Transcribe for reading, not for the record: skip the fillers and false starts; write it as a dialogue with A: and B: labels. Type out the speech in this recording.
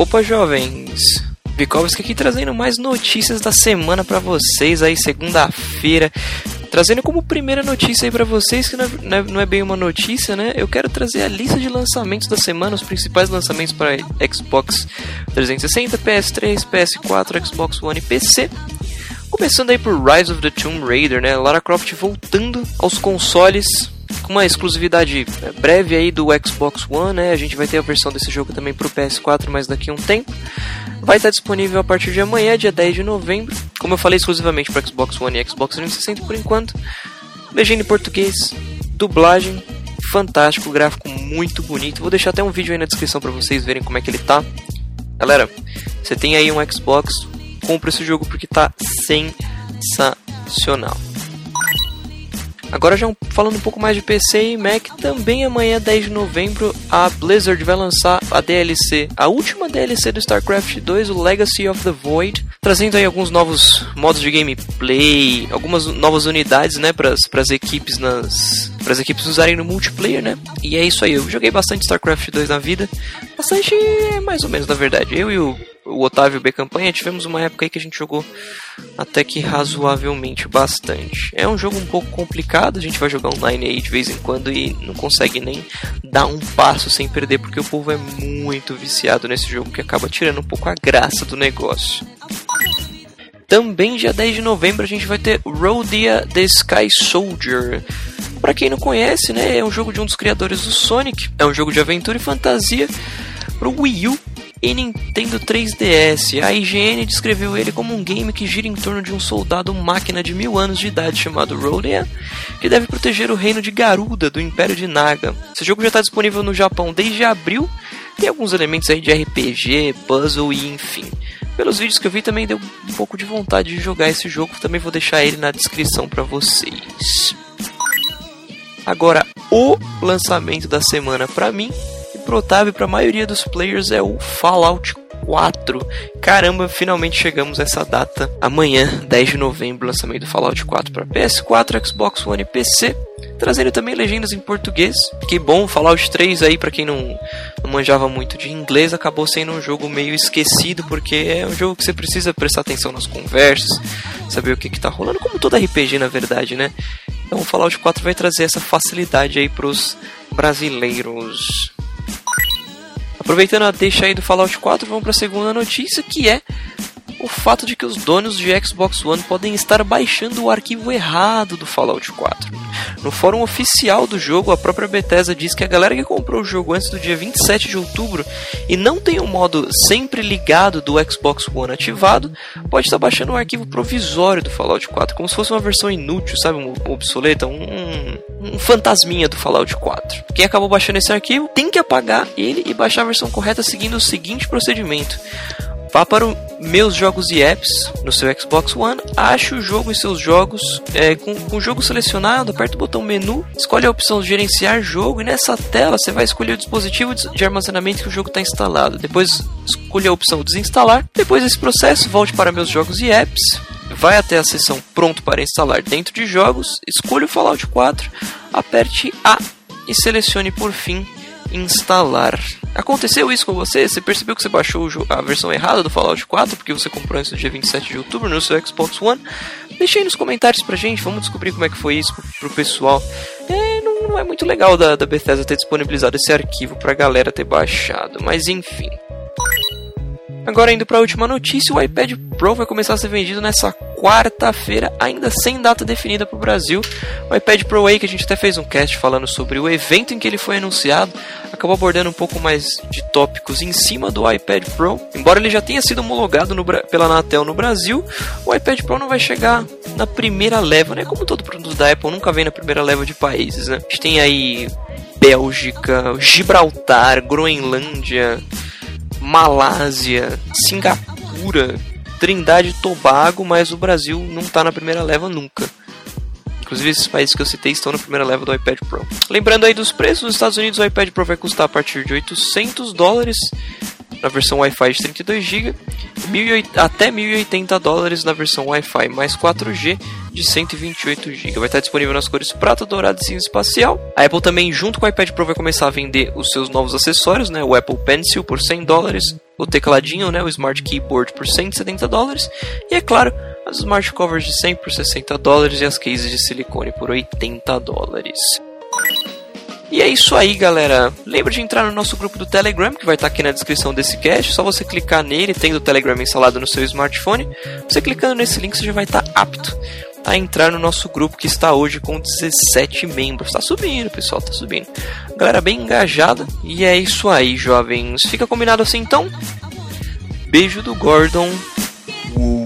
A: Opa, jovens! Vikovski aqui trazendo mais notícias da semana pra vocês aí, segunda-feira. Trazendo como primeira notícia aí pra vocês, que não é bem uma notícia, né? Eu quero trazer a lista de lançamentos da semana, os principais lançamentos para Xbox 360, PS3, PS4, Xbox One e PC. Começando aí por Rise of the Tomb Raider, né? Lara Croft voltando aos consoles com uma exclusividade breve aí do Xbox One, né? A gente vai ter a versão desse jogo também pro PS4, mas daqui a um tempo. Vai estar disponível a partir de amanhã, dia 10 de novembro. Como eu falei, exclusivamente para Xbox One e Xbox 360 por enquanto. Legenda em português, dublagem, fantástico, gráfico muito bonito. Vou deixar até um vídeo aí na descrição para vocês verem como é que ele tá. Galera, você tem aí um Xbox, compra esse jogo porque tá sensacional. Agora já falando um pouco mais de PC e Mac, também amanhã, 10 de novembro, a Blizzard vai lançar a DLC, a última DLC do StarCraft 2, o Legacy of the Void, trazendo aí alguns novos modos de gameplay, algumas novas unidades, né, para as equipes usarem no multiplayer, né? E é isso aí, eu joguei bastante StarCraft 2 na vida, bastante mais ou menos na verdade. Eu e o Otávio B Campanha tivemos uma época aí que a gente jogou até que razoavelmente bastante. É um jogo um pouco complicado, a gente vai jogar online aí de vez em quando e não consegue nem dar um passo sem perder, porque o povo é muito viciado nesse jogo, que acaba tirando um pouco a graça do negócio. Também dia 10 de novembro a gente vai ter Rodia the Sky Soldier. Pra quem não conhece, né, é um jogo de um dos criadores do Sonic, é um jogo de aventura e fantasia pro Wii U e Nintendo 3DS. A IGN descreveu ele como um game que gira em torno de um soldado máquina de 1000 anos de idade chamado Rodia, que deve proteger o reino de Garuda do Império de Naga. Esse jogo já está disponível no Japão desde abril, tem alguns elementos aí de RPG, puzzle e enfim. Pelos vídeos que eu vi também deu um pouco de vontade de jogar esse jogo, também vou deixar ele na descrição para vocês. Agora, o lançamento da semana para mim pro Otávio e pra maioria dos players é o Fallout 4. Caramba, finalmente chegamos a essa data. Amanhã, 10 de novembro, lançamento do Fallout 4 para PS4, Xbox One e PC. Trazendo também legendas em português. Que bom, Fallout 3 aí, pra quem não manjava muito de inglês, acabou sendo um jogo meio esquecido, porque é um jogo que você precisa prestar atenção nas conversas, saber o que tá rolando, como todo RPG na verdade, né? Então o Fallout 4 vai trazer essa facilidade aí pros brasileiros. Aproveitando a deixa aí do Fallout 4, vamos para a segunda notícia, que é o fato de que os donos de Xbox One podem estar baixando o arquivo errado do Fallout 4. No fórum oficial do jogo, a própria Bethesda diz que a galera que comprou o jogo antes do dia 27 de outubro e não tem o modo sempre ligado do Xbox One ativado, pode estar baixando o arquivo provisório do Fallout 4, como se fosse uma versão inútil, sabe, um obsoleta, um fantasminha do Fallout 4. Quem acabou baixando esse arquivo tem que apagar ele e baixar a versão correta seguindo o seguinte procedimento. Vá para o Meus Jogos e Apps no seu Xbox One, ache o jogo em seus jogos, com o jogo selecionado, aperta o botão menu, escolhe a opção Gerenciar Jogo e nessa tela você vai escolher o dispositivo de armazenamento que o jogo está instalado. Depois escolha a opção Desinstalar. Depois desse processo, volte para Meus Jogos e Apps, vai até a seção Pronto para instalar dentro de jogos, escolha o Fallout 4, aperte A e selecione por fim Instalar. Aconteceu isso com você? Você percebeu que você baixou a versão errada do Fallout 4 porque você comprou antes do dia 27 de outubro no seu Xbox One? Deixa aí nos comentários pra gente, vamos descobrir como é que foi isso pro pessoal. Não é muito legal da Bethesda ter disponibilizado esse arquivo pra galera ter baixado, mas enfim. Agora indo para a última notícia, o iPad Pro vai começar a ser vendido nessa quarta-feira, ainda sem data definida para o Brasil. O iPad Pro aí, que a gente até fez um cast falando sobre o evento em que ele foi anunciado, acabou abordando um pouco mais de tópicos em cima do iPad Pro. Embora ele já tenha sido homologado pela Anatel no Brasil, o iPad Pro não vai chegar na primeira leva, né? Como todo produto da Apple nunca vem na primeira leva de países, né? A gente tem aí Bélgica, Gibraltar, Groenlândia, Malásia, Singapura, Trindade e Tobago, mas o Brasil não está na primeira leva nunca. Inclusive esses países que eu citei estão na primeira leva do iPad Pro. Lembrando aí dos preços, nos Estados Unidos o iPad Pro vai custar a partir de $800 na versão Wi-Fi de 32GB, até $1.080 na versão Wi-Fi mais 4G de 128GB. Vai estar disponível nas cores prata, dourado e cinza espacial. A Apple também, junto com o iPad Pro, vai começar a vender os seus novos acessórios, né? O Apple Pencil por $100, o tecladinho, né, o Smart Keyboard por $170, e é claro, as Smart Covers de 100 por $60 e as cases de silicone por $80. E é isso aí, galera. Lembra de entrar no nosso grupo do Telegram, que vai estar aqui na descrição desse cast. Só você clicar nele, tendo o Telegram instalado no seu smartphone. Você clicando nesse link, você já vai estar apto a entrar no nosso grupo, que está hoje com 17 membros. Tá subindo, pessoal, tá subindo. Galera bem engajada. E é isso aí, jovens. Fica combinado assim, então? Beijo do Gordon.